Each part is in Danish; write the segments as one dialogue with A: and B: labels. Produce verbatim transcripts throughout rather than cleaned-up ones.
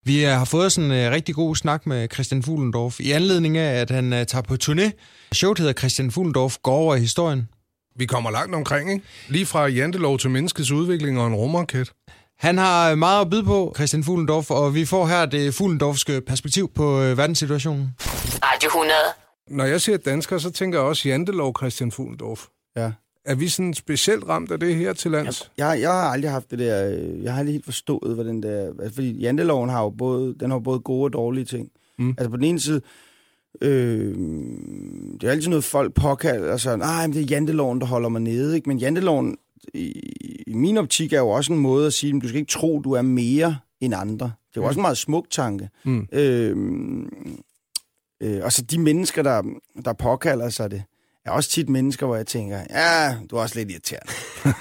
A: Vi har fået sådan en uh, rigtig god snak med Christian Fuhlendorff i anledning af, at han uh, tager på turné. Showet hedder Christian Fuhlendorff går over i historien.
B: Vi kommer langt omkring, ikke? Lige fra jantelov til menneskets udvikling og en rumraket.
A: Han har meget at byde på, Christian Fuhlendorff, og vi får her det Fuhlendorffske perspektiv på uh, verdenssituationen.
C: Radio hundrede.
B: Når jeg siger dansker, så tænker jeg også jantelov Christian Fuhlendorff.
D: Ja.
B: Er vi sådan specielt ramt af det her til lands?
D: Jeg, jeg, jeg har aldrig haft det der, jeg har aldrig helt forstået, hvad den der, altså, fordi janteloven har jo både, den har både gode og dårlige ting. Mm. Altså på den ene side, øh, det er altid noget folk påkalder, og så, nej, men det er janteloven, der holder mig nede, ikke? Men janteloven, i, i min optik, er jo også en måde at sige, at du skal ikke tro, du er mere end andre. Det er jo mm. også en meget smuk tanke. Mm. Øh, øh, og så de mennesker, der, der påkalder sig det, er også tit mennesker, hvor jeg tænker, ja, du er også lidt irriterende.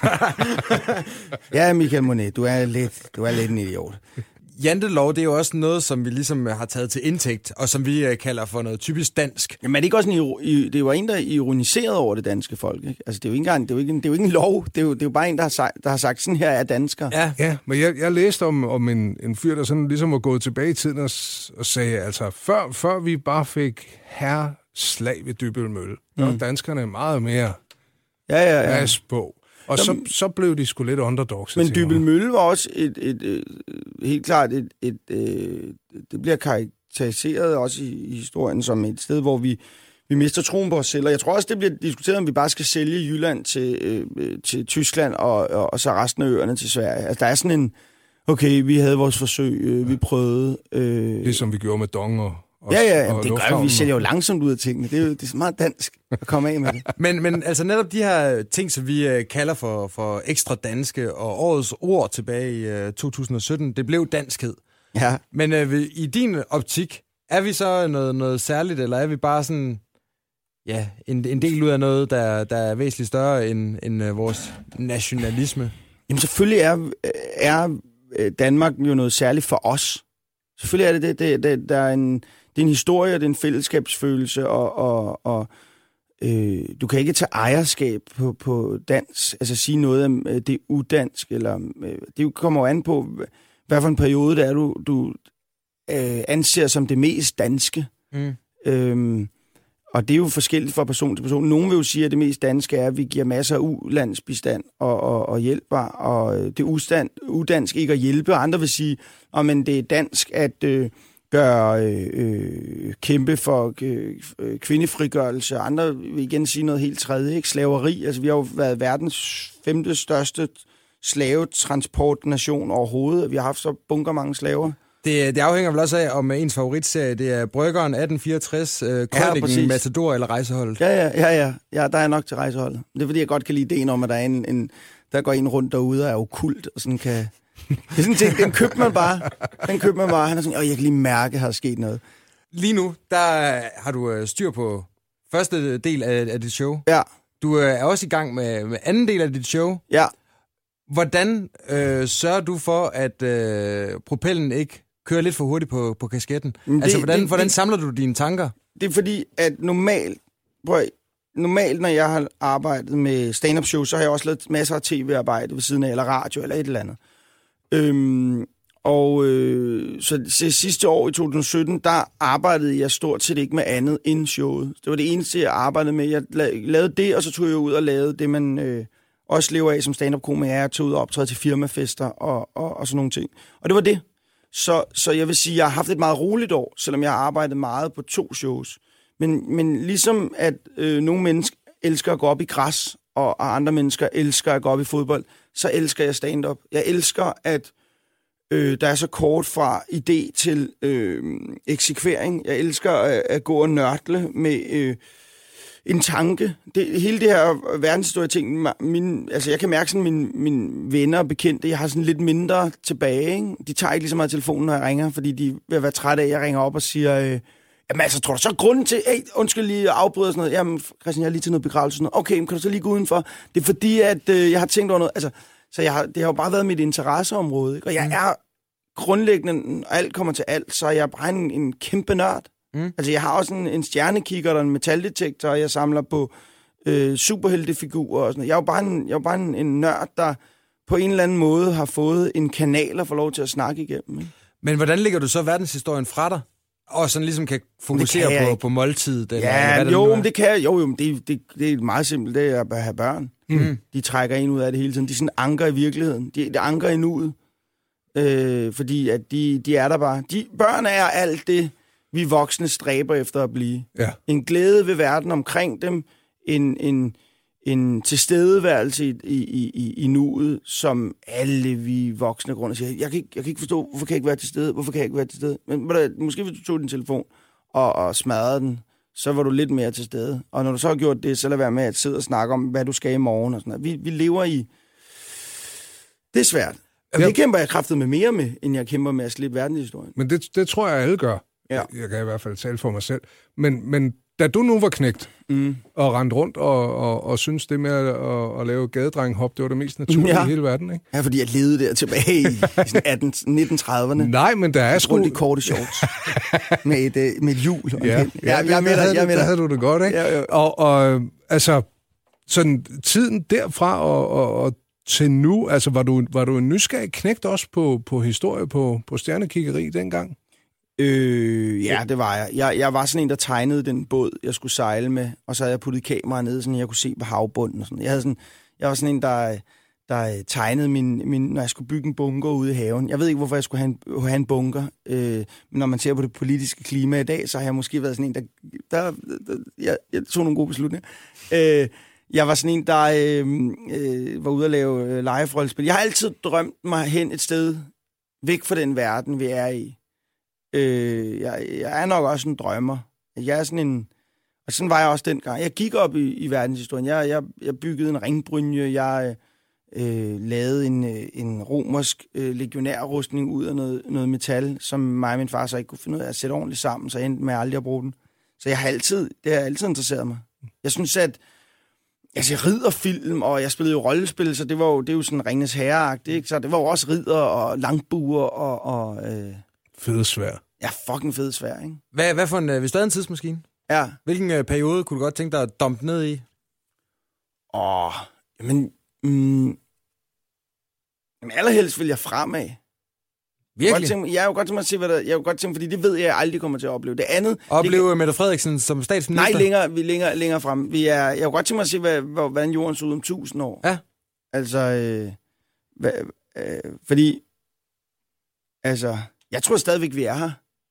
D: Ja, Michael Monet, du er lidt, du er lidt en idiot.
A: Jantelov, det er jo også noget, som vi ligesom har taget til indtægt, og som vi kalder for noget typisk dansk.
D: Jamen er det ikke også en, det er jo en, der er ironiseret over det danske folk, ikke? Altså det er jo ikke engang, det er jo ikke en, det er jo ikke en lov, det er jo, det er jo bare en, der har sagt, der har sagt sådan her er dansker.
B: Ja, ja, men jeg, jeg læste om, om en, en fyr, der sådan ligesom var gået tilbage i tiden og, og sagde, altså før, før vi bare fik herre slag ved Dybbøl Mølle, mm. og danskerne er meget mere
D: ja, ja, ja.
B: pas på. Og så, så blev de sgu lidt underdogs.
D: Men Dybbøl Mølle var også et, et, et, helt klart et, et, et, det bliver karakteriseret også i, i historien som et sted, hvor vi, vi mister troen på os selv. Og jeg tror også, det bliver diskuteret, om vi bare skal sælge Jylland til, øh, til Tyskland og, og, og så resten af øerne til Sverige. Altså der er sådan en, okay, vi havde vores forsøg, øh, vi prøvede. Øh,
B: Ligesom vi gjorde med Dong og
D: Og, ja, ja, ja, det gør vi. Sælger jo langsomt ud af tingene. Det er jo det er så meget dansk at komme af med det.
A: men, men altså netop de her ting, som vi uh, kalder for, for ekstra danske, og årets ord tilbage i uh, to tusind og sytten, det blev danskhed.
D: Ja.
A: Men uh, i din optik, er vi så noget, noget særligt, eller er vi bare sådan, ja, en, en del ud af noget, der, der er væsentligt større end, end uh, vores nationalisme?
D: Jamen selvfølgelig er, er Danmark jo noget særligt for os. Selvfølgelig er det det. det, det der er en... Det er en historie, det er en fællesskabsfølelse, og, og, og øh, du kan ikke tage ejerskab på, på dans, altså sige noget om det er udansk, eller øh, det kommer jo an på, hvad for en periode det er, du, du øh, anser som det mest danske. Mm. Øhm, og det er jo forskelligt fra person til person. Nogle vil jo sige, at det mest danske er, at vi giver masser af ulandsbistand og, og, og hjælper, og det er ustand, udansk ikke at hjælpe. Andre vil sige, at oh, det er dansk at... Øh, gør øh, øh, kæmpe for øh, kvindefrigørelse. Andre vil igen sige noget helt tredje, ikke? Slaveri. Altså, vi har jo været verdens femte største slavetransportnation overhovedet. Vi har haft så bunker mange slaver.
A: Det, det afhænger vel også af, om ens favoritserie, det er Bryggeren atten fireogtres, øh, Krøniken, ja, Matador eller Rejseholdet.
D: Ja, ja, ja, ja, ja. Der er nok til Rejseholdet. Det er fordi, jeg godt kan lide ideen om, at der er en, en der går en rundt derude og er okkult, og sådan kan... Det er sådan en ting, den købte man bare. Den købte man bare. Han er sådan, åh, jeg kan lige mærke, at der er sket noget.
A: Lige nu, der har du styr på første del af, af dit show.
D: Ja.
A: Du er også i gang med, med anden del af dit show.
D: Ja.
A: Hvordan øh, sørger du for, at øh, propellen ikke kører lidt for hurtigt på, på kasketten? Det, altså, hvordan, det, hvordan det, samler du dine tanker?
D: Det er fordi, at normalt, prøv, normalt, når jeg har arbejdet med stand-up show, så har jeg også lavet masser af tv-arbejde ved siden af, eller radio, eller et eller andet. Øhm, og øh, så, så sidste år i to tusind og sytten, der arbejdede jeg stort set ikke med andet end showet. Det var det eneste, jeg arbejdede med. Jeg lavede det, og så tog jeg ud og lavede det, man øh, også lever af som stand-up-komiker. Jeg tog ud og optræde til firmafester og, og, og sådan nogle ting. Og det var det. Så, så jeg vil sige, at jeg har haft et meget roligt år, selvom jeg har arbejdet meget på to shows. Men, men ligesom at øh, nogle mennesker elsker at gå op i græs, og andre mennesker elsker at gå op i fodbold, så elsker jeg stand-up. Jeg elsker, at øh, der er så kort fra idé til øh, eksekvering. Jeg elsker at, at gå og nørtle med øh, en tanke. Det, hele det her verdenshistorie-ting, min, altså jeg kan mærke sådan, mine, mine venner og bekendte, jeg har sådan lidt mindre tilbage. Ikke? De tager ikke lige så meget telefonen, når jeg ringer, fordi de vil være trætte af, at jeg ringer op og siger... Øh, Jamen altså, tror du så grunden til, hey, undskyld lige afbryder sådan noget, jamen Christian, jeg er lige til noget begravelse, sådan noget. Okay, men kan du så lige gå udenfor? Det er fordi, at øh, jeg har tænkt over noget, altså, så jeg har, det har jo bare været mit interesseområde, ikke? Og jeg er grundlæggende, når alt kommer til alt, så er jeg bare en, en kæmpe nørd. Mm. Altså, jeg har også en, en stjernekikker og en metaldetektor, og jeg samler på øh, superheltefigurer og sådan noget. Jeg er jo bare, en, jeg er jo bare en, en nørd, der på en eller anden måde har fået en kanal at få lov til at snakke igennem, ikke?
A: Men hvordan lægger du så verdenshistorien fra dig? Og sådan ligesom kan fokusere kan på, på måltid? Eller,
D: ja,
A: eller hvad
D: jo,
A: det
D: men det kan jeg. Jo, jo, men det, det, det er meget simpelt. Det er at have børn. Mm. De trækker en ud af det hele tiden. De er sådan anker i virkeligheden. De, de anker i nuet. Øh, fordi at de, de er der bare. De, børn er alt det, vi voksne stræber efter at blive.
B: Ja.
D: En glæde ved verden omkring dem. En, en, en tilstedeværelse i, i, i, i nuet, som alle vi voksne grunde siger, jeg kan, ikke, jeg kan ikke forstå, hvorfor kan jeg ikke være til stede? Hvorfor kan jeg ikke være til stede? Men måske hvis du tog din telefon og, og smadrede den, så var du lidt mere til stede. Og når du så har gjort det, så lad være med at sidde og snakke om, hvad du skal i morgen. Og sådan noget. Vi, vi lever i... Det er svært. Og det kæmper jeg kraftet med mere med, end jeg kæmper med at slippe verdenshistorien.
B: Men det, det tror jeg, alle gør.
D: Ja.
B: Jeg kan i hvert fald tale for mig selv. Men, men da du nu var knægt, mm. og rendte rundt og, og, og synes det med at, at, at lave gadedrenghop, det var det mest naturlige ja. i hele verden, ikke?
D: Ja, fordi jeg levede der tilbage i, i atten, nitten trediverne.
B: Nej, men der er sgu...
D: Rundt i korte shorts. med, et, med et hjul.
B: Ja, ja, ja, jeg med dig, jeg med dig. Der havde du det godt, ikke?
D: Ja, ja.
B: Og, og altså, sådan tiden derfra og, og, og til nu, altså var du, var du en nysgerrig knægt også på, på historie, på, på stjernekiggeri dengang?
D: Øh, ja, det var jeg. jeg. Jeg var sådan en, der tegnede den båd, jeg skulle sejle med, og så havde jeg puttet kameraet ned, så jeg kunne se på havbunden og sådan. Jeg, havde sådan, jeg var sådan en, der, der tegnede min, min, når jeg skulle bygge en bunker ude i haven. Jeg ved ikke, hvorfor jeg skulle have en, have en bunker, øh, men når man ser på det politiske klima i dag, så har jeg måske været sådan en, der, der, der jeg, jeg tog nogle gode beslutninger. Øh, jeg var sådan en, der øh, øh, var ude at lave øh, live-rollespil. Jeg har altid drømt mig hen et sted væk fra den verden, vi er i. Øh, jeg, jeg er nok også en drømmer. Jeg er sådan en... Og sådan var jeg også dengang. Jeg gik op i, i verdenshistorien. Jeg, jeg, jeg byggede en ringbrynje. Jeg øh, lavede en, en romersk øh, legionærrustning ud af noget, noget metal, som mig og min far så ikke kunne finde ud af at sætte ordentligt sammen, så jeg endte med aldrig at bruge den. Så jeg har altid... Det har altid interesseret mig. Jeg synes, at... Altså, jeg rider film, og jeg spillede jo rollespil, så det var jo, det er jo sådan Ringenes Herre-agtigt, ikke? Så det var jo også ridder og langbuer og... og øh...
B: Fede svær.
D: Ja, fucking fed svær, ikke?
A: Hvad, hvad for en... Hvis du havde en tidsmaskine?
D: Ja.
A: Hvilken øh, periode kunne du godt tænke dig at dumpe ned i?
D: Åh, jamen... Mm, jamen, allerhelst vil jeg fremad.
A: Virkelig?
D: Jeg, jeg er jo godt til mig at se, hvad der... Jeg er jo godt til, fordi det ved jeg, jeg aldrig kommer til at opleve. Det andet...
A: Opleve
D: det,
A: Mette Frederiksen som statsminister?
D: Nej, længere, vi er længere, længere frem. Vi er, jeg er jo godt til mig at se, hvad, hvordan jorden så ud om tusind år.
A: Ja.
D: Altså... Øh, hvad, øh, fordi... Altså... Jeg tror stadigvæk, vi er her.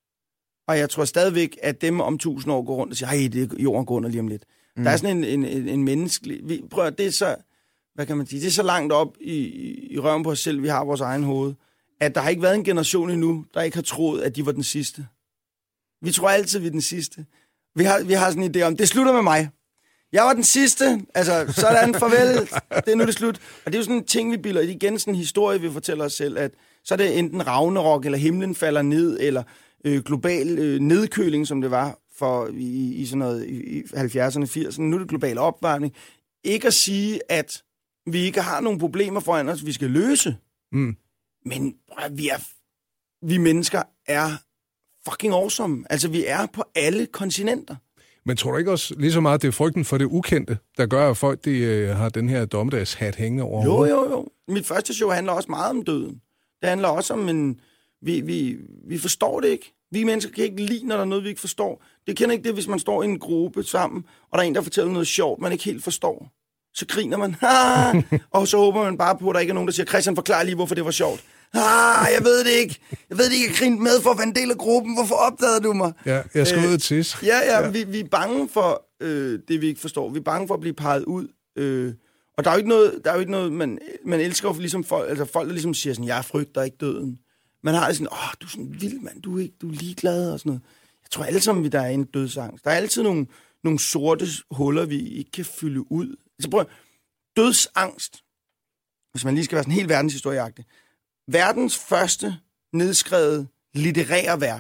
D: Og jeg tror stadigvæk, at dem om tusind år går rundt og siger, hej, det er jorden går under lige om lidt. Mm. Der er sådan en, en, en, en menneskelig... Vi, prøv at, det er så... Hvad kan man sige? Det er så langt op i, i røven på os selv, vi har vores egen hoved, at der har ikke været en generation endnu, der ikke har troet, at de var den sidste. Vi tror altid, vi er den sidste. Vi har, vi har sådan en idé om, det slutter med mig. Jeg var den sidste. Altså, sådan, farvel. Det er nu det slut. Og det er jo sådan en ting, vi bilder. Det er igen sådan en historie, vi fortæller os selv, at så er det enten Ragnarok, eller himlen falder ned, eller øh, global øh, nedkøling, som det var for i, i sådan noget i halvfjerdserne, firserne. Nu er det global opvarmning. Ikke at sige, at vi ikke har nogen problemer foran os, vi skal løse. Mm. Men vi, er, vi mennesker er fucking awesome. Altså, vi er på alle kontinenter.
B: Men tror du ikke også lige så meget, det er frygten for det ukendte, der gør, at folk de, øh, har den her dommedagshat hængende over
D: Jo,
B: hovedet?
D: jo, jo. Mit første show handler også meget om døden. Det handler også om en... Vi, vi, vi forstår det ikke. Vi mennesker kan ikke lide, når der er noget, vi ikke forstår. Det kender ikke det, hvis man står i en gruppe sammen, og der er en, der fortæller noget sjovt, man ikke helt forstår. Så griner man. Og så håber man bare på, at der ikke er nogen, der siger, Christian, forklar lige, hvorfor det var sjovt. Ah, jeg ved det ikke. Jeg ved det ikke, jeg grinte med for at være en del af gruppen. Hvorfor opdagede du mig?
B: Ja, jeg skal
D: øh,
B: ud og tisse.
D: Ja, ja, ja. Vi, vi er bange for øh, det, vi ikke forstår. Vi er bange for at blive peget ud. Øh, og der er jo ikke noget, der er jo ikke noget man, man elsker for ligesom folk, altså folk, der ligesom siger sådan, jeg frygter ikke døden. Man har det sådan, åh, du er sådan en vild mand, du er, ikke, du er ligeglad og sådan noget. Jeg tror alle sammen, der er en dødsangst. Der er altid nogle, nogle sorte huller, vi ikke kan fylde ud. Altså prøv, dødsangst, hvis man lige skal være sådan helt verdenshistorieagtig. Verdens første nedskrevet litterære værk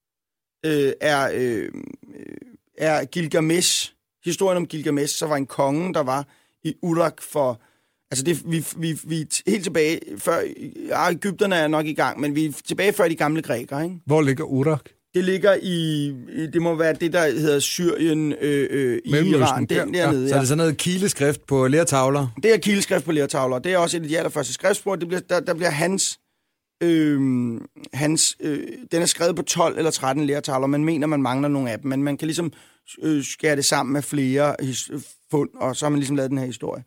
D: øh, er, øh, er Gilgamesh. Historien om Gilgamesh, så var en konge, der var i Urak for... Altså, det, vi, vi, vi er helt tilbage før... Ja, Egypterne er nok i gang, men vi er tilbage før de gamle grækere, ikke?
B: Hvor ligger Urak?
D: Det ligger i... Det må være det, der hedder Syrien, øh, øh, i Iran. Den dernede, ja.
A: Så er det sådan noget kileskrift på lertavler?
D: Det er kileskrift på lertavler. Det er også et af de allerførste skriftspor. Det bliver, der, der bliver hans Øhm, hans, øh, den er skrevet på tolv eller tretten lertavler, man mener, man mangler nogle af dem, men man kan ligesom øh, skære det sammen med flere his- fund, og så har man ligesom lavet den her historie.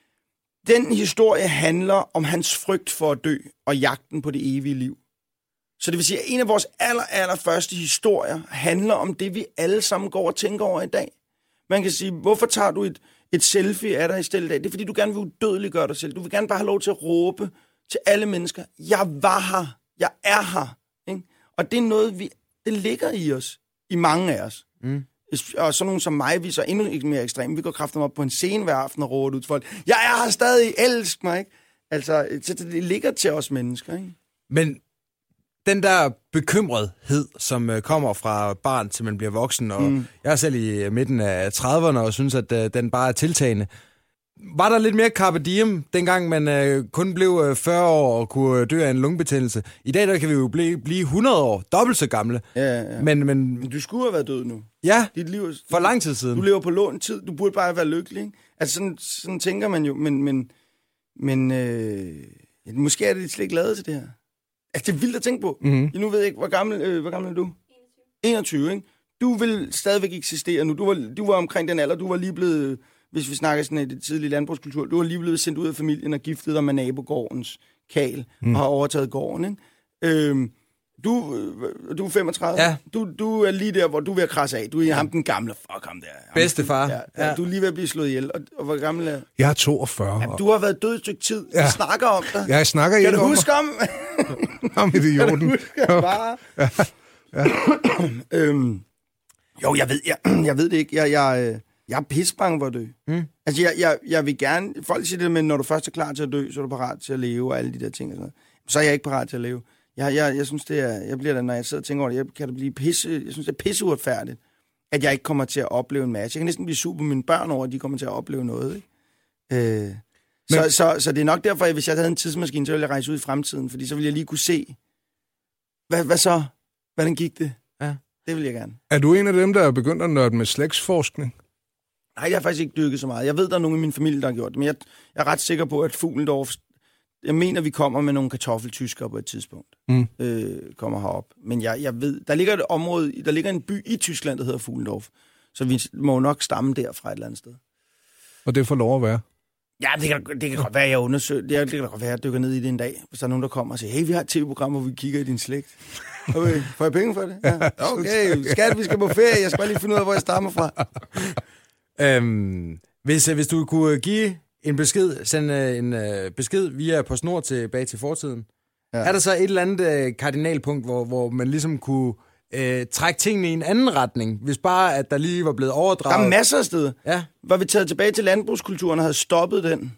D: Den historie handler om hans frygt for at dø, og jagten på det evige liv. Så det vil sige, at en af vores aller, aller første historier handler om det, vi alle sammen går og tænker over i dag. Man kan sige, hvorfor tager du et, et selfie af dig i stedet af? Det er, fordi du gerne vil udødeliggøre dig selv. Du vil gerne bare have lov til at råbe til alle mennesker, jeg var her, jeg er her. Ikke? Og det er noget, vi, det ligger i os, i mange af os. Mm. Og sådan nogen som mig, vi er så endnu mere ekstreme. Vi går kraftigt op på en scene hver aften og råber ud til folk, jeg er her stadig, elsk mig. Ikke? Altså, det ligger til os mennesker. Ikke?
A: Men den der bekymrethed, som øh, kommer fra barn til man bliver voksen, og mm. jeg er selv i midten af trediverne og synes, at øh, den bare er tiltagende. Var der lidt mere carpe diem, dengang man øh, kun blev øh, fyrre år og kunne dø af en lungebetændelse? I dag der kan vi jo blive, blive hundrede år, dobbelt så gamle.
D: Ja, ja.
A: Men, men,
D: men du skulle have været død nu.
A: Ja,
D: dit liv,
A: for lang tid siden.
D: Du lever på lånt tid, du burde bare være lykkelig. Ikke? Altså sådan, sådan tænker man jo, men, men, men øh, måske er det slet ikke lavet til det her. Altså, det er vildt at tænke på. Mm-hmm. Nu ved jeg ikke, hvor gammel, øh, hvor gammel er du? enogtyve. enogtyve, ikke? Du vil stadigvæk eksistere nu. Du var, du var omkring den alder, du var lige blevet, hvis vi snakker sådan i det tidlige landbrugskultur, du var lige blevet sendt ud af familien og giftet dig med nabogårdens Karl mm. og har overtaget gården, ikke? Øhm, du, øh, du er femogtredive.
A: Ja.
D: Du, du er lige der, hvor du er ved at krasse af. Du er ja. ham den gamle, fuck ham der. Ham,
A: bedstefar.
D: Ja, ja. Du er lige ved at blive slået ihjel. Og, og hvor gammel er
B: jeg er toogfyrre.
D: Ja, du har været død et stykke tid. Ja. Vi snakker om dig.
B: Jeg snakker
D: kan du huske om?
B: Om idioten.
D: Kan du huske bare? Ja. Ja. øhm, jo, jeg ved, jeg, jeg ved det ikke. Jeg, jeg, jeg er pissebange for at dø. Mm. Altså, jeg, jeg, jeg vil gerne... Folk siger det med, når du først er klar til at dø, så er du parat til at leve og alle de der ting. Og sådan noget. Så er jeg ikke parat til at leve. Jeg, jeg, jeg synes, det er... Jeg bliver der, når jeg sidder og tænker over det, jeg, kan det blive pisse... Jeg synes, det er pisseuretfærdigt, at jeg ikke kommer til at opleve en masse. Jeg kan næsten blive sur på mine børn over, at de kommer til at opleve noget, ikke? Øh, så, Men... så, så, så det er nok derfor, at hvis jeg havde en tidsmaskine, så ville jeg rejse ud i fremtiden, fordi så ville jeg lige kunne se, hvad, hvad så? Hvordan gik det? Ja. Det vil jeg gerne.
B: Er du en af dem, der er begyndt at nørde med slægtsforskning?
D: Nej, jeg har faktisk ikke dykket så meget. Jeg ved, der er nogen i min familie, der har gjort det, men jeg, jeg er ret sikker på, at Fuglendorf... Jeg mener, vi kommer med nogle kartoffeltyskere på et tidspunkt. Mm. Øh, kommer herop. Men jeg, jeg ved... Der ligger et område... Der ligger en by i Tyskland, der hedder Fuglendorf. Så vi må nok stamme derfra et eller andet sted.
B: Og det får lov at være?
D: Ja, det kan, det kan godt være, jeg undersøger. Det kan, det kan godt være, at jeg dykker ned i det en dag. Hvis der er nogen, der kommer og siger, hey, vi har et tv-program, hvor vi kigger i din slægt. Okay, får jeg penge for det? Ja. Okay, skat, vi skal på ferie. Jeg skal bare lige finde ud af, hvor jeg stammer fra.
A: øhm, hvis, hvis du kunne give en besked, sende en uh, besked via PostNord tilbage til fortiden, ja. Er der så et eller andet uh, kardinalpunkt, hvor, hvor man ligesom kunne uh, trække tingene i en anden retning, hvis bare, at der lige var blevet overdraget?
D: Der er masser af steder.
A: Ja.
D: Var vi taget tilbage til landbrugskulturen og havde stoppet den,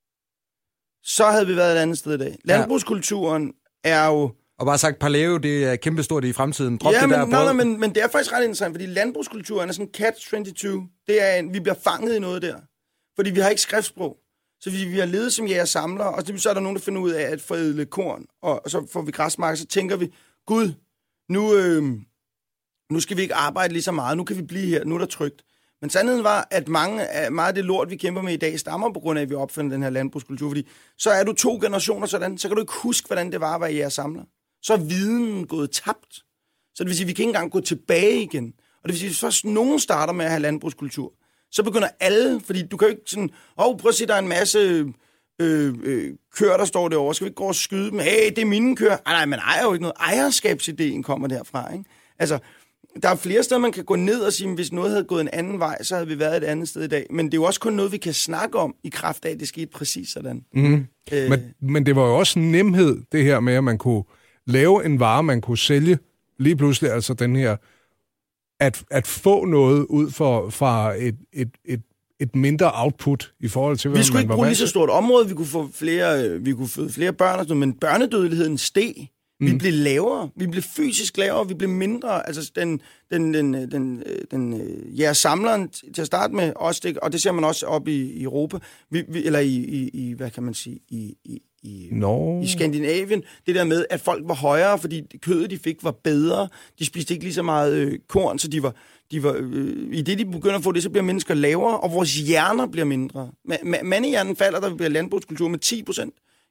D: så havde vi været et andet sted i dag. Landbrugskulturen er jo...
A: Og bare sagt, paleo, det er kæmpestort i fremtiden. Drop
D: ja,
A: det
D: men,
A: der
D: nej, nej, men, men det er faktisk ret interessant, fordi landbrugskulturen er sådan catch twenty-two. Det er en, vi bliver fanget i noget der. Fordi vi har ikke skriftsprog. Så vi, vi har levet som jæger samler, og så er der nogen, der finder ud af at forædle korn, og, og så får vi græsmarker, så tænker vi, Gud, nu, øh, nu skal vi ikke arbejde lige så meget, nu kan vi blive her, nu er der trygt. Men sandheden var, at mange af, meget af det lort, vi kæmper med i dag, stammer på grund af, at vi opfinder den her landbrugskultur, fordi så er du to generationer sådan, så kan du ikke huske, hvordan det var at være jæger samler. Så er viden gået tabt. Så det vil sige, at vi kan ikke engang gå tilbage igen. Og det vil sige, at hvis først nogen starter med at have landbrugskultur, så begynder alle, fordi du kan jo ikke sådan, åh, oh, prøv at se, der er en masse øh, øh, køer, der står derovre, skal vi ikke gå og skyde dem? Hey, det er mine køer. Ej, nej, man ejer jo ikke noget. Ejerskabsideen kommer derfra, ikke? Altså, der er flere steder, man kan gå ned og sige, at hvis noget havde gået en anden vej, så havde vi været et andet sted i dag. Men det er jo også kun noget, vi kan snakke om i kraft af, at det skete præcis sådan. Mm.
B: Øh. Men, men det var jo også en nemhed, det her med, at man kunne lave en vare, man kunne sælge lige pludselig, altså den her, at, at få noget ud for, fra et, et, et, et mindre output i forhold til, hvad man var.
D: Vi skulle ikke bruge lige så stort område, vi kunne få flere, vi kunne få flere børn og sådan noget, men børnedødeligheden steg. Vi mm. blev lavere, vi blev fysisk lavere, vi blev mindre. Altså den, den, den, den, den ja, samleren til at starte med, også, og det ser man også op i, i Europa, vi, vi, eller i, i, i, hvad kan man sige, i, i, i, no. i Skandinavien. Det der med, at folk var højere, fordi kødet, de fik, var bedre. De spiste ikke lige så meget øh, korn, så de var... De var, øh, i det, de begynder at få det, så bliver mennesker lavere, og vores hjerner bliver mindre. Ma- ma- mandehjernen falder, der bliver landbrugskultur med ti procent.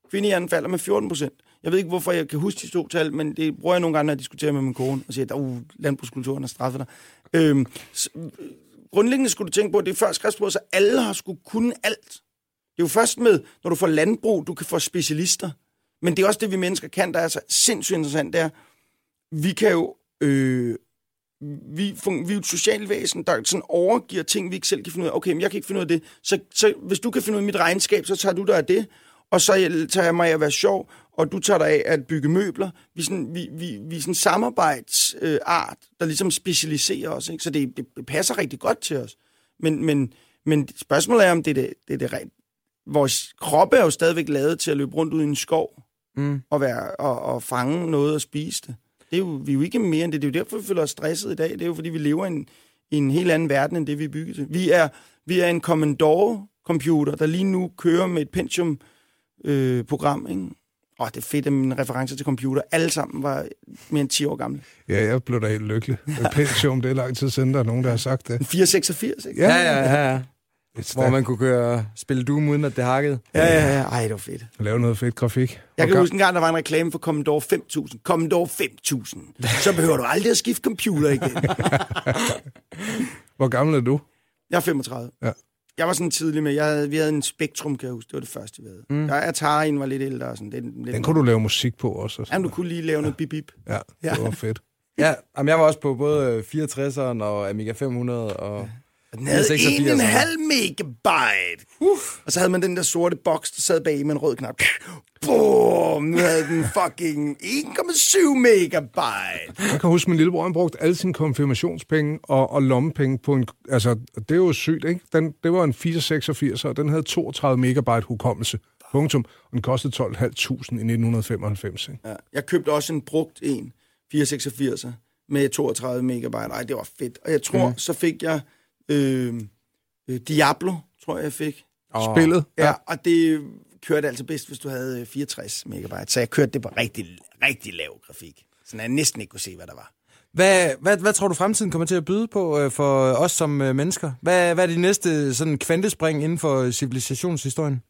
D: Kvindehjernen falder med fjorten procent. Jeg ved ikke, hvorfor jeg kan huske de to tal, men det bruger jeg nogle gange, når jeg diskuterer med min kone, og siger, at uh, landbrugskulturen har straffet dig. Øhm, så, grundlæggende skulle du tænke på, at det er før skriftsproget, så alle har skulle kunne alt. Det er jo først med, når du får landbrug, du kan få specialister. Men det er også det, vi mennesker kan, der er så sindssygt interessant, det er, vi kan jo... Øh, vi, vi er jo et socialt væsen, der sådan overgiver ting, vi ikke selv kan finde ud af. Okay, men jeg kan ikke finde ud af det. Så, så hvis du kan finde ud af mit regnskab, så tager du dig af det. Og så tager jeg mig af at være sjov, og du tager dig af at bygge møbler. Vi er sådan, vi, vi, vi er sådan en samarbejdsart, der ligesom specialiserer os. Ikke? Så det, det passer rigtig godt til os. Men, men, men spørgsmålet er, om det er det, det, er det rent. Vores kroppe er jo stadigvæk lavet til at løbe rundt ud i en skov mm. og, være, og, og fange noget og spise det. Det er jo, vi er jo ikke mere end det. Det er jo derfor, vi føler os stresset i dag. Det er jo, fordi vi lever i en, i en helt anden verden, end det, vi er bygget til. Vi er, vi er en Commodore-computer, der lige nu kører med et Pentium Øh, program, ikke? Åh, det er fedt, at mine referencer til computer alle sammen var mere end ti år gamle.
B: Ja, jeg blev da helt lykkelig. Pentium, det er lang tid siden, der er nogen, der har sagt det.
D: fire seksogfirs, ikke?
A: Ja, ja, ja. ja. Hvor man kunne køre, spille Doom, uden at det hakkede.
D: Ja, ja, ja. Ej, det var fedt.
B: Lave noget fedt grafik.
D: Jeg kan huske en gang, der var en reklame for Commodore fem tusind. Commodore fem tusind. Så behøver du aldrig at skifte computer igen.
B: Hvor gammel er du?
D: Jeg er femogtredive. Ja. Jeg var sådan tidlig med, jeg havde, vi havde en Spektrum, kan jeg huske. Det var det første, vi havde. Mm. Der Atari'en var lidt ældre. Og sådan. Den,
B: den kunne du lave musik på også.
D: Jamen, du kunne lige lave ja. noget bip-bip.
B: Ja, det ja. var fedt.
A: Ja, jamen, jeg var også på både fireogtresseren og Amiga fem hundrede og... Ja.
D: Den havde en og en halv megabyte. Uh. Og så havde man den der sorte boks, der sad bag med en rød knap. Boom! Nu havde den fucking en komma syv megabyte.
B: Jeg kan huske, at min lillebror han brugte alle sine konfirmationspenge og, og lommepenge på en... Altså, det er jo sygt, ikke? Den, det var en fire seksogfirs, og den havde toogtredive megabyte hukommelse. Punktum. Og den kostede tolv tusind fem hundrede i nitten femoghalvfems. Ikke?
D: Ja, jeg købte også en brugt en, fire seksogfirs med toogtredive megabyte. Ej, det var fedt. Og jeg tror, mm. så fik jeg... Øh, Diablo, tror jeg, jeg fik.
B: Oh. Spillet?
D: Ja, ja, og det kørte altså bedst, hvis du havde fireogtres megabyte. Så jeg kørte det på rigtig, rigtig lav grafik. Så jeg næsten ikke kunne se, hvad der var.
A: Hvad, hvad, hvad tror du, fremtiden kommer til at byde på øh, for os som øh, mennesker? Hvad, hvad er de næste sådan, kvantespring inden for civilisationshistorien?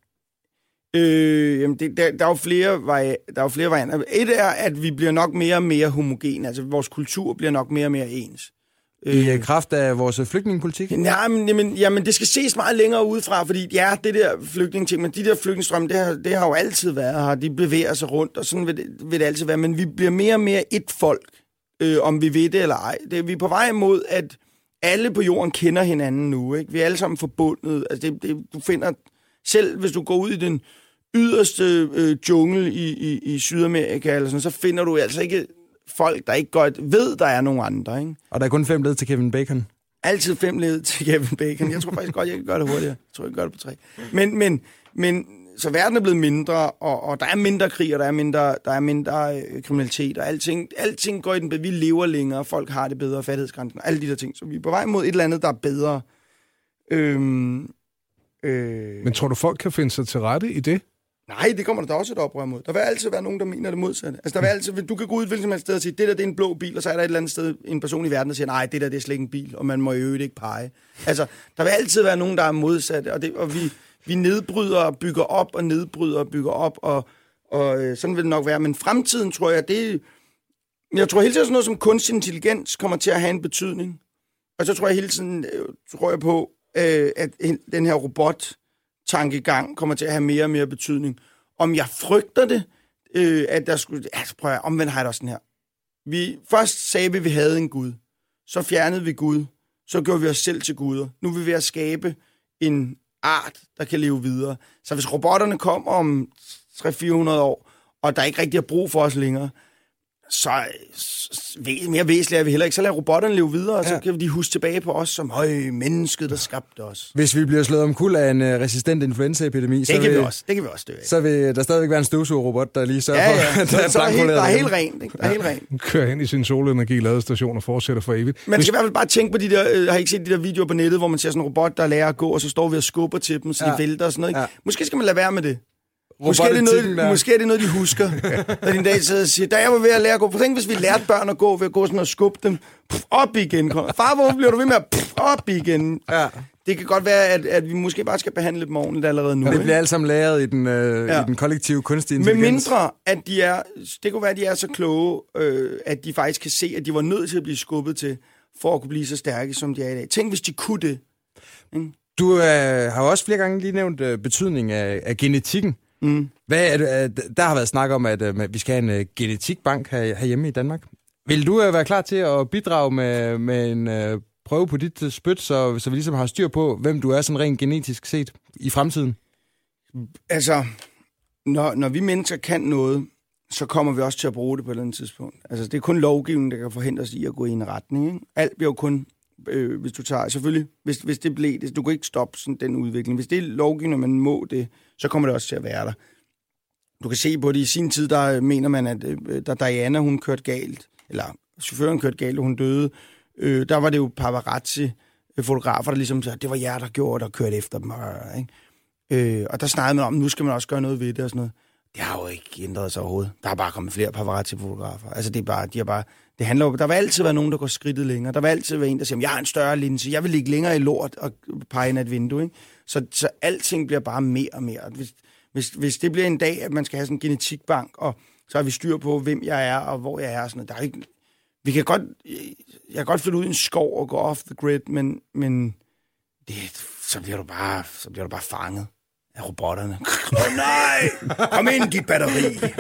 D: Øh, jamen det, der, der, er jo flere vari- der er jo flere varianter. Et er, at vi bliver nok mere og mere homogene. Altså, vores kultur bliver nok mere og mere ens.
A: I øh, kraft af vores flygtningepolitik?
D: Nej, men jamen, jamen, det skal ses meget længere udefra, fordi ja, det der flygtningeting, men de der flygtningestrømme, det har, det har jo altid været her. De bevæger sig rundt, og sådan vil det, vil det altid være. Men vi bliver mere og mere et folk, øh, om vi ved det eller ej. Det, vi er på vej imod, at alle på jorden kender hinanden nu. Ikke? Vi er alle sammen forbundet. Altså, det, det, du finder, selv hvis du går ud i den yderste øh, jungle i, i, i Sydamerika, eller sådan, så finder du altså ikke... folk, der ikke godt ved, der er nogen andre, ikke?
A: Og der er kun fem led til Kevin Bacon.
D: Altid fem led til Kevin Bacon. Jeg tror faktisk godt, jeg kan gøre det hurtigere. Jeg tror, jeg kan gøre det på tre. Men, men, men så verden er blevet mindre, og, og der er mindre krig, og der er mindre, der er mindre øh, kriminalitet, og alting, alting går i den bedre. Vi lever længere, folk har det bedre, fattighedsgrænsen, og alle de der ting. Så vi er på vej mod et eller andet, der er bedre. Øhm,
B: øh... Men tror du, folk kan finde sig til rette i det?
D: Nej, det kommer der da også et oprør mod. Der vil altid være nogen, der mener det modsatte. Altså, der vil altid, du kan gå ud et hvilket som helst sted og sige, det der det er en blå bil, og så er der et eller andet sted en person i verden, der siger, nej, det der det er slet ikke en bil, og man må i øvrigt ikke pege. Altså, der vil altid være nogen, der er modsatte, og, det, og vi, vi nedbryder og bygger op, og nedbryder og bygger op, og, og øh, sådan vil det nok være. Men fremtiden, tror jeg, det jeg tror hele tiden sådan noget som kunstig intelligens kommer til at have en betydning. Og så tror jeg hele tiden, øh, tror jeg på, øh, at den her robot tankegang kommer til at have mere og mere betydning. Om jeg frygter det, øh, at der skulle... Altså prøv at omvendt har jeg det også sådan her. Vi, først sagde vi, at vi havde en Gud. Så fjernede vi Gud. Så gjorde vi os selv til guder. Nu er vi ved at skabe en art, der kan leve videre. Så hvis robotterne kommer om tre til fire hundrede år, og der ikke rigtig er brug for os længere, så mere væsentligt er vi heller ikke. Så lader robotterne leve videre, og så ja. kan de huske tilbage på os som høj mennesket, der skabte os.
A: Hvis vi bliver slået omkuld af en uh, resistent influenzaepidemi, så
D: det kan
A: vil,
D: vi også. Det kan vi også dø af.
A: Så vil der stadigvæk være en støvsugerrobot, der lige sørger
D: ja, ja.
A: for, at
D: så,
A: der,
D: så
A: er
D: er helt, der er helt rent. Ikke? Der er helt rent.
B: Kører hen i sin solenergi-ladestation og fortsætter for evigt.
D: Man skal i hvert fald bare tænke på de der, øh, har I ikke set de der videoer på nettet, hvor man ser sådan en robot, der lærer at gå, og så står vi og skubber til dem, så ja. de vælter og sådan noget. Ikke? Ja. Måske skal man lade være med det. Måske er, det noget, måske er det noget, de husker, da de en dag sidder og siger, da jeg var ved at lære at gå, tænk hvis vi lærte børn at gå ved at gå sådan og skubbe dem puff, op igen. Far, hvorfor bliver du ved med at puff, op igen? Ja. Det kan godt være, at, at vi måske bare skal behandle dem ordentligt allerede nu.
A: Og det bliver alt sammen læret i den, øh, ja. i den kollektive kunstige intelligens.
D: Med mindre, at de er, det kunne være, at de er så kloge, øh, at de faktisk kan se, at de var nødt til at blive skubbet til, for at kunne blive så stærke, som de er i dag. Tænk, hvis de kunne det. Mm.
A: Du øh, har jo også flere gange lige nævnt øh, betydning af, af genetikken. Mm. Hvad er det, der har været snak om, at øh, vi skal have en øh, genetikbank her, herhjemme i Danmark. Vil du øh, være klar til at bidrage med, med en øh, prøve på dit øh, spyt, så, så vi ligesom har styr på, hvem du er sådan rent genetisk set i fremtiden?
D: Altså, når, når vi mennesker kan noget, så kommer vi også til at bruge det på et eller andet tidspunkt. Altså, det er kun lovgivningen, der kan forhindre os i at gå i en retning. Ikke? Alt bliver jo kun, øh, hvis du tager... Selvfølgelig, hvis, hvis det blev det, du kan ikke stoppe sådan den udvikling. Hvis det er lovgivning, man må det, så kommer det også til at være der. Du kan se på det i sin tid, der mener man, at øh, da Diana, hun kørte galt, eller chaufføren kørte galt, og hun døde, øh, der var det jo paparazzi-fotografer, der ligesom sagde, det var jer, der gjorde det, og kørte efter dem. Øh, og der snakkede man om, nu skal man også gøre noget ved det og sådan noget. Det har jo ikke ændret sig overhovedet. Der er bare kommet flere paparazzi-fotografer. Altså, det er bare, de har bare, det handler jo, der vil altid være nogen, der går skridtet længere. Der vil altid være en, der siger, jeg har en større linse, jeg vil ligge længere i lort og pege ind ad et vindue, ikke? Så, så alting bliver bare mere og mere. Hvis, hvis, hvis det bliver en dag, at man skal have sådan en genetikbank, og så har vi styr på, hvem jeg er, og hvor jeg er, og sådan noget. Der er ikke, vi kan godt, jeg kan godt flytte ud i en skov og gå off the grid, men, men det, så bliver du bare, så bliver du bare fanget af robotterne. Åh oh, nej! Kom ind, giv batteri!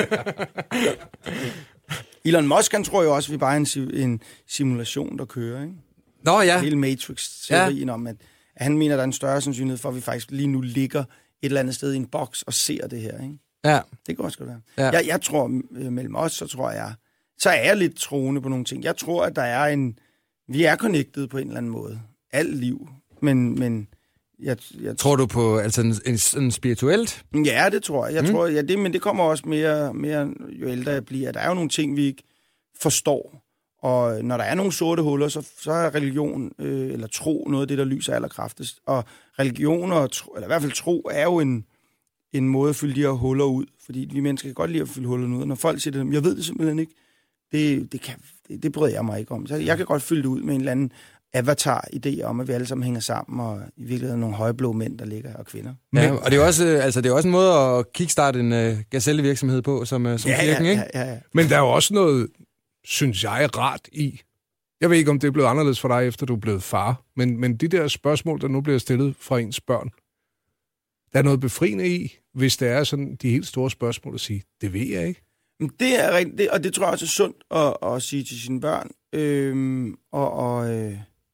D: Elon Musk, han tror jo også, at vi bare er en, en simulation, der kører, ikke?
A: Nå ja.
D: Hele Matrix-teorien ja. om, at, at han mener, at der er en større sandsynlighed for, at vi faktisk lige nu ligger et eller andet sted i en boks og ser det her, ikke?
A: Ja.
D: Det kan også godt være. Ja. Jeg, jeg tror, mellem os, så tror jeg, så er jeg lidt troende på nogle ting. Jeg tror, at der er en, vi er connected på en eller anden måde. Alt liv. Men, men jeg, jeg
A: tror du på altså en, en, en spirituelt?
D: Ja, det tror jeg. Jeg mm. tror, ja, det, men det kommer også mere, mere, jo ældre jeg bliver. Der er jo nogle ting, vi ikke forstår. Og når der er nogle sorte huller, så, så er religion øh, eller tro noget af det, der lyser allerkraftigst. Og religion, og tro, eller i hvert fald tro, er jo en, en måde at fylde de her huller ud. Fordi vi mennesker kan godt lide at fylde hullerne ud. Og når folk siger det, jeg ved det simpelthen ikke, det, det, kan, det, det bryder jeg mig ikke om. Så jeg kan godt fylde det ud med en eller anden avatar-idé om, at vi alle sammen hænger sammen, og i virkeligheden nogle højblå mænd, der ligger, og kvinder.
A: Ja, og det er også, altså, det er også en måde at kickstarte en uh, gazellevirksomhed på, som, uh, som
D: ja,
A: kirken,
D: ja,
A: ikke?
D: Ja, ja, ja.
B: Men der er jo også noget, synes jeg, rart i. Jeg ved ikke, om det er blevet anderledes for dig, efter du er blevet far, men, men de der spørgsmål, der nu bliver stillet fra ens børn, der er noget befriende i, hvis det er sådan de helt store spørgsmål at sige, det ved jeg ikke.
D: Det er rigtigt, og det tror jeg også er sundt at, at sige til sine børn. Øhm, og, og, øh,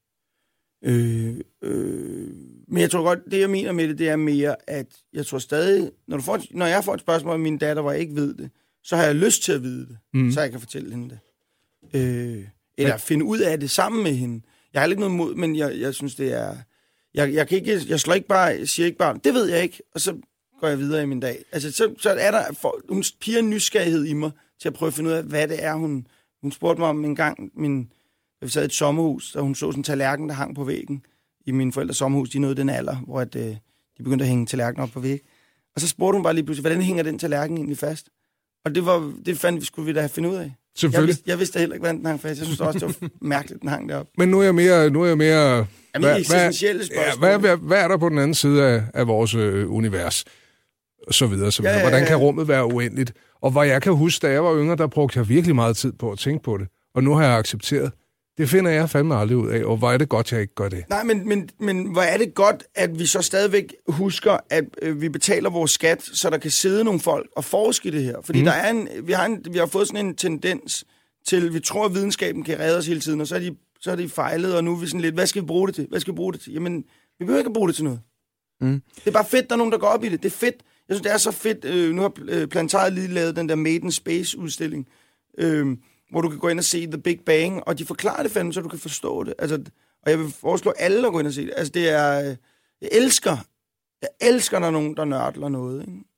D: øh, øh, men jeg tror godt, det jeg mener med det, det er mere, at jeg tror stadig, når, du får, når jeg får et spørgsmål af min datter, hvor jeg ikke ved det, så har jeg lyst til at vide det, mm. så jeg kan fortælle hende det. Øh, eller ja. finde ud af det sammen med hende. Jeg har ikke noget imod, men jeg, jeg synes, det er... Jeg, jeg, kan ikke, jeg slår ikke bare, jeg siger ikke bare, det ved jeg ikke, og så går jeg videre i min dag. Altså, så, så er der, for, hun piger en nysgerrighed i mig, til at prøve at finde ud af, hvad det er, hun... Hun spurgte mig om en gang, min, vi sad i et sommerhus, og hun så sådan en tallerken, der hang på væggen i min forældres sommerhus. De nåede den alder, hvor at, øh, de begyndte at hænge tallerkener op på væggen. Og så spurgte hun bare lige pludselig, hvordan hænger den tallerken egentlig fast? Og det, var, det fandt vi skulle vi da have finde ud af.
B: Selvfølgelig.
D: Jeg vidste, jeg vidste heller ikke, hvordan den hang fast. Jeg synes også, det var mærkeligt, den hang deroppe.
B: Men nu er jeg mere... Nu er jeg mere
D: Jamen, hvad, essentielle spørgsmål.
B: Ja, hvad, hvad, hvad er der på den anden side af, af vores øh, univers? Så videre, så videre. Ja, ja, ja. Hvordan kan rummet være uendeligt? Og hvor jeg kan huske, da jeg var yngre, der brugte jeg virkelig meget tid på at tænke på det. Og nu har jeg accepteret. Det finder jeg fandme aldrig ud af, og hvor er det godt, jeg ikke gør det.
D: Nej, men, men, men hvor er det godt, at vi så stadigvæk husker, at øh, vi betaler vores skat, så der kan sidde nogle folk og forske i det her. Fordi mm. der er en, vi, har en, vi har fået sådan en tendens til, vi tror, at videnskaben kan redde os hele tiden, og så er de, så er de fejlet, og nu er vi sådan lidt, hvad skal vi bruge det til? Hvad skal vi bruge det til? Jamen, vi behøver ikke at bruge det til noget. Mm. Det er bare fedt, der er nogen, der går op i det. Det er fedt. Jeg synes, det er så fedt. Øh, nu har Planetariet lige lavet den der Made in Space-udstilling, øh, hvor du kan gå ind og se The Big Bang, og de forklarer det fandme, så du kan forstå det. Altså, og jeg vil foreslå alle at gå ind og se det. Altså, det er... Jeg elsker, jeg elsker, når nogen, der nørder noget, ikke?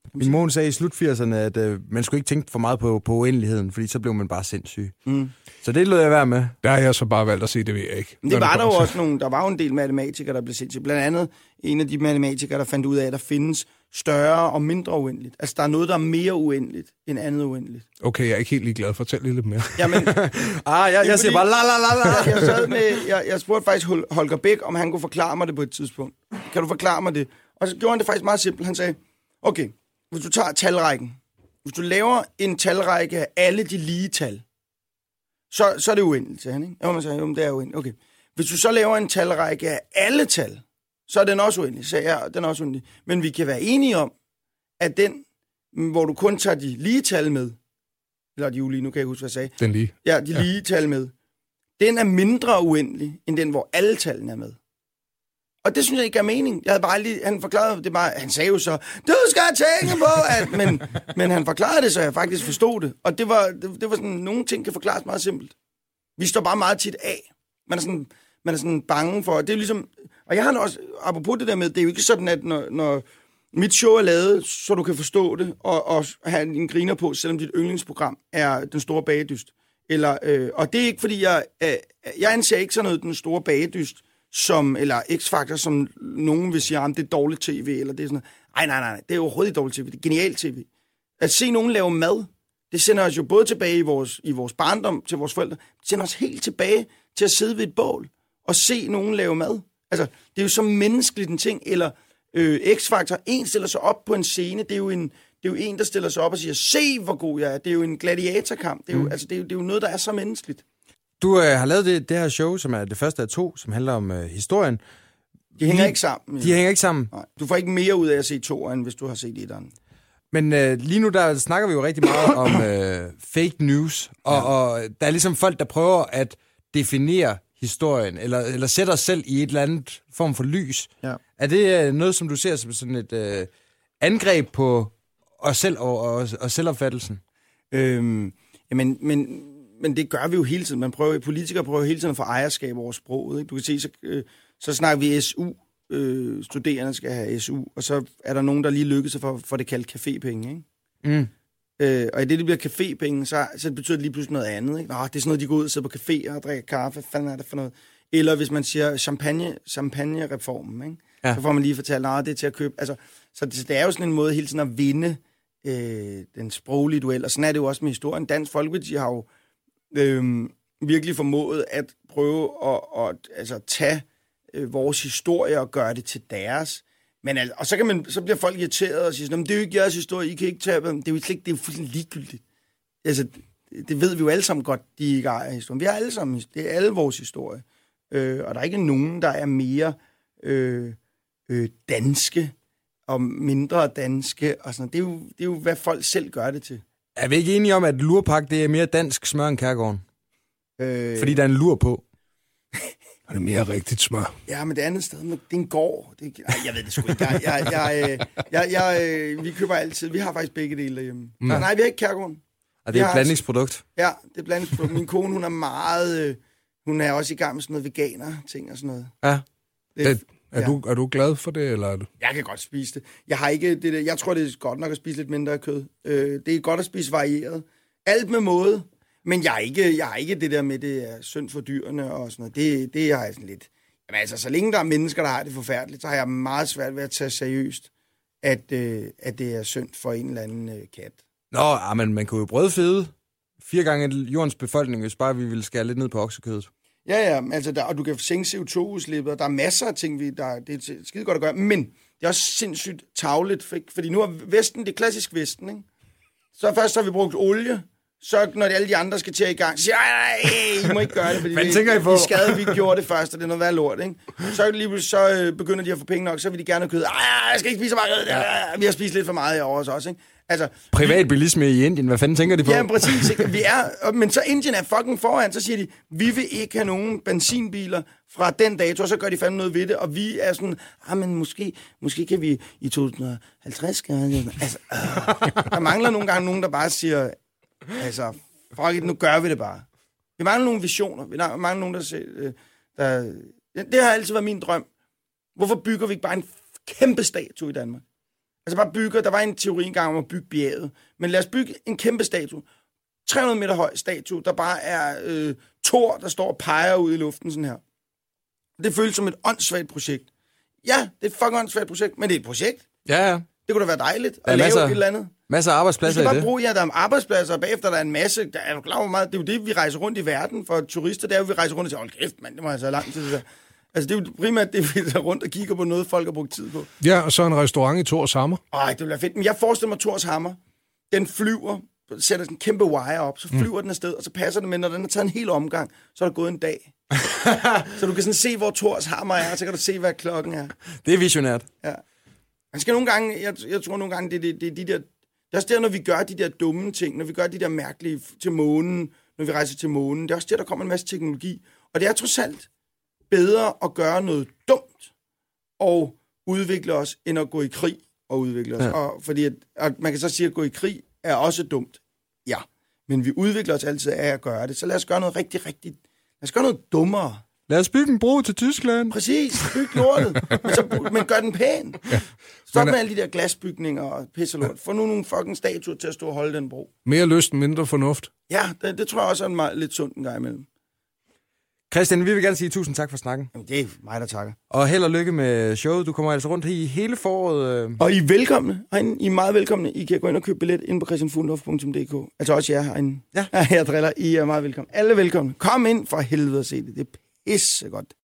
A: Min mor sagde i slut firserne, at øh, man skulle ikke tænke for meget på, på uendeligheden, fordi så blev man bare sindssyg. Mm. Så det lød jeg være med.
B: Der har jeg så bare valgt at sige, det ved jeg ikke.
D: Men det var der jo også nogle, der var jo en del matematikere, der blev sindssyge. Blandt andet en af de matematikere, der fandt ud af, at der findes større og mindre uendeligt. Altså, der er noget, der er mere uendeligt end andet uendeligt.
B: Okay, jeg er ikke helt ligeglad. Fortæl lidt mere.
D: Jamen,
A: ah, jeg, jeg siger bare la la la la.
D: Jeg, jeg, sad med, jeg, jeg spurgte faktisk Holger Bæk, om han kunne forklare mig det på et tidspunkt. Kan du forklare mig det? Og så gjorde han det faktisk meget simpelt. Han sagde, okay, hvis du tager talrækken, hvis du laver en talrække af alle de lige tal, så, så er det uendeligt, sagde han, ikke? Jo, man sagde, jo, det er uendeligt. Okay. Hvis du så laver en talrække af alle tal, så er den også uendelig. Så ja, den er også uendelig. Men vi kan være enige om, at den, hvor du kun tager de lige tal med, eller de ulige, nu kan jeg huske, hvad jeg sagde.
B: Den lige.
D: Ja, de ja. lige tal med. Den er mindre uendelig, end den, hvor alle tallene er med. Og det synes jeg ikke er mening. Jeg havde bare lige, han forklarede det bare, han sagde jo så, du skal tænke på, at, men, men han forklarede det, så jeg faktisk forstod det. Og det var, det, det var sådan, nogle ting kan forklares meget simpelt. Vi står bare meget tit af. Man er sådan, man er sådan bange for, det er jo ligesom, og jeg har også, apropos det der med, det er jo ikke sådan, at når, når mit show er lavet, så du kan forstå det, og, og have en griner på, selvom dit yndlingsprogram er Den Store Bagedyst. Eller, øh, og det er ikke, fordi jeg, øh, jeg anser ikke sådan noget, Den Store Bagedyst, som, eller X-Factor, som nogen vil sige, at det er dårligt tv, eller det er sådan noget. Nej, nej, nej, det er overhovedet ikke dårligt tv, det er genialt tv. At se nogen lave mad, det sender os jo både tilbage i vores, i vores barndom til vores forældre, det sender os helt tilbage til at sidde ved et bål og se nogen lave mad. Altså, det er jo så menneskeligt en ting, eller øh, X-Factor, en stiller sig op på en scene, det er jo en, det er jo en, der stiller sig op og siger, se hvor god jeg er, det er jo en gladiatorkamp, det er jo, mm. altså, det er jo, det er jo noget, der er så menneskeligt.
A: Du øh, har lavet det, det her show, som er det første af to, som handler om øh, historien.
D: De hænger Vi, ikke sammen.
A: De hænger ikke sammen.
D: Nej, du får ikke mere ud af at se to, end hvis du har set etteren.
A: Men øh, lige nu, der snakker vi jo rigtig meget om øh, fake news, og, ja. og der er ligesom folk, der prøver at definere historien, eller, eller sætte os selv i et eller andet form for lys. Ja. Er det øh, noget, som du ser som sådan et øh, angreb på os selv og, og, og selvopfattelsen?
D: Øhm, jamen, men... Men det gør vi jo hele tiden. Man prøver, politikere prøver hele tiden at få ejerskab over sproget. Ikke? Du kan se, så, øh, så snakker vi S U. Øh, studerende skal have S U. Og så er der nogen, der lige lykkes sig for, for det kaldt cafépenge. Ikke? Mm. Øh, og i det, det bliver cafépenge, så, så betyder det lige pludselig noget andet. Ikke? Nå, det er sådan noget, de går ud og sidder på caféer og drikker kaffe. Hvad fanden er det for noget? Eller hvis man siger champagne, champagne-reformen, ikke? Ja. Så får man lige fortalt, at det er til at købe. Altså, så det, det er jo sådan en måde hele tiden at vinde øh, den sproglige duel. Og sådan er det jo også med historien. Dansk Folkeparti har jo Øhm, virkelig formået at prøve at, at altså, tage øh, vores historie og gøre det til deres. Men, altså, og så, kan man, så bliver folk irriteret og siger, det er jo ikke jeres historie, I kan ikke tage dem. Det er jo slet, det er jo fuldstændig ligegyldigt. Altså, det, det ved vi jo alle sammen godt, de ikke ejer historien. Vi har alle sammen, det er alle vores historie. Øh, og der er ikke nogen, der er mere øh, øh, danske og mindre danske. Og sådan. Det, er jo, det er jo, hvad folk selv gør det til.
A: Er vi ikke enige om, at lurpak, det er mere dansk smør end Kærgården? Øh... Fordi der er en lur på.
B: Og det er mere rigtigt smør.
D: Ja, men det andet sted, det er en gård. Det er... Ej, jeg ved det sgu ikke. Jeg, jeg, jeg, jeg, jeg, jeg, vi køber altid. Vi har faktisk begge dele derhjemme. Mm. Nej, vi har ikke Kærgården.
A: Og det er et blandingsprodukt?
D: Ja, det er et blandingsprodukt. Min kone, hun er meget... Hun er også i gang med sådan noget veganer-ting og sådan noget.
B: Ja. Det, Er, ja. du, er du glad for det, eller er du?
D: Jeg kan godt spise det. Jeg har ikke det der. Jeg tror, det er godt nok at spise lidt mindre kød. Øh, det er godt at spise varieret. Alt med måde. Men jeg er ikke, jeg er ikke det der med, det er synd for dyrene og sådan noget. Det, det har jeg sådan lidt. Jamen altså, så længe der er mennesker, der har det forfærdeligt, så har jeg meget svært ved at tage seriøst, at, øh, at det er synd for en eller anden øh, kat.
A: Nå, men man kunne jo brødføde fire gange jordens befolkning, hvis bare vi ville skære lidt ned på oksekødet.
D: Ja, ja, altså der, og du kan sænke C O to udslippet, og der er masser af ting, vi, der, det er skide godt at gøre, men det er også sindssygt tavligt, fordi nu er Vesten, det er klassisk Vesten, ikke? Så først har vi brugt olie, så når alle de andre skal til i gang, så siger jeg, I må ikke gøre det, fordi
A: det, I på?
D: vi skade, vi gjorde det først, og det er noget værd lort, ikke? Så lige så begynder de at få penge nok, så vil de gerne have kød. Ej, jeg skal ikke spise så meget kød, vi har spist lidt for meget herovre hos os, ikke? Altså,
A: privatbilisme i Indien, hvad fanden tænker de på?
D: Ja, præcis. Ikke? Vi er, men så Indien er fucking foran, så siger de, vi vil ikke have nogen benzinbiler fra den dato, og så gør de fandme noget ved det, og vi er sådan, ah, men måske, måske kan vi i to tusind og halvtreds gøre. Altså, øh, der mangler nogle gange nogen, der bare siger, altså, fuck it, nu gør vi det bare. Vi mangler nogle visioner, vi mangler nogen, der siger, der, det har altid været min drøm. Hvorfor bygger vi ikke bare en kæmpe statue i Danmark? Altså bare bygger, der var en teori engang om at bygge bjerget. Men lad os bygge en kæmpe statue. tre hundrede meter høj statue, der bare er øh, Thor, der står og peger ud i luften sådan her. Det føles som et åndssvagt projekt. Ja, det er et fucking åndssvagt projekt, men det er et projekt.
A: Ja, ja.
D: Det kunne da være dejligt at
A: masser,
D: lave et eller andet.
A: Masser af arbejdspladser i det.
D: Du skal bare bruge, ja, der er arbejdspladser, og bagefter der er en masse, der er jo klar, hvor meget. Det er jo det, vi rejser rundt i verden for turister. Det er jo, vi rejser rundt og siger, hold kæft, mand, det må jeg så lang tid. Det der. Altså, det er jo primært det, vi er rundt og kigger på noget, folk har brugt tid på.
B: Ja, og så en restaurant i Thors Hammer.
D: Ej, det bliver fedt. Men jeg forestiller mig, Thors Hammer, den flyver, sætter sådan en kæmpe wire op, så flyver mm. den afsted, og så passer det med, når den har taget en hel omgang, så er der gået en dag. Så du kan sådan se, hvor Thors Hammer er, og så kan du se, hvad klokken er.
A: Det er visionært.
D: Ja. Man skal nogle gange, jeg, jeg tror nogle gange, det, det, det, det, de der, det er også der, når vi gør de der dumme ting, når vi gør de der mærkelige til månen, når vi rejser til månen, det er også der, der kommer en masse teknologi. Og det er trods alt bedre at gøre noget dumt og udvikle os, end at gå i krig og udvikle os. Ja. Og fordi at, at man kan så sige, at gå i krig er også dumt. Ja, men vi udvikler os altid af at gøre det. Så lad os gøre noget rigtig, rigtig... Lad os gøre noget dummere.
A: Lad os bygge en bro til Tyskland.
D: Præcis, byg lortet. men, så, men gør den pæn. Ja. Stop med alle de der glasbygninger og pisselort. Få nu nogle fucking statuer til at stå og holde den bro.
B: Mere lyst, mindre fornuft.
D: Ja, det, det tror jeg også er en meget, lidt sundt en gang imellem.
A: Christian, vi vil gerne sige tusind tak for snakken.
D: Jamen, det er mig, der takker.
A: Og held og lykke med showet. Du kommer altså rundt i hele foråret.
D: Og I er velkomne herinde. I er meget velkomne. I kan gå ind og købe billet inde på christian fuglendorf punktum d k. Altså også jer herinde.
A: Ja.
D: Jeg driller. I er meget velkomne. Alle velkomne. Kom ind for helvede at se det. Det er pissegodt.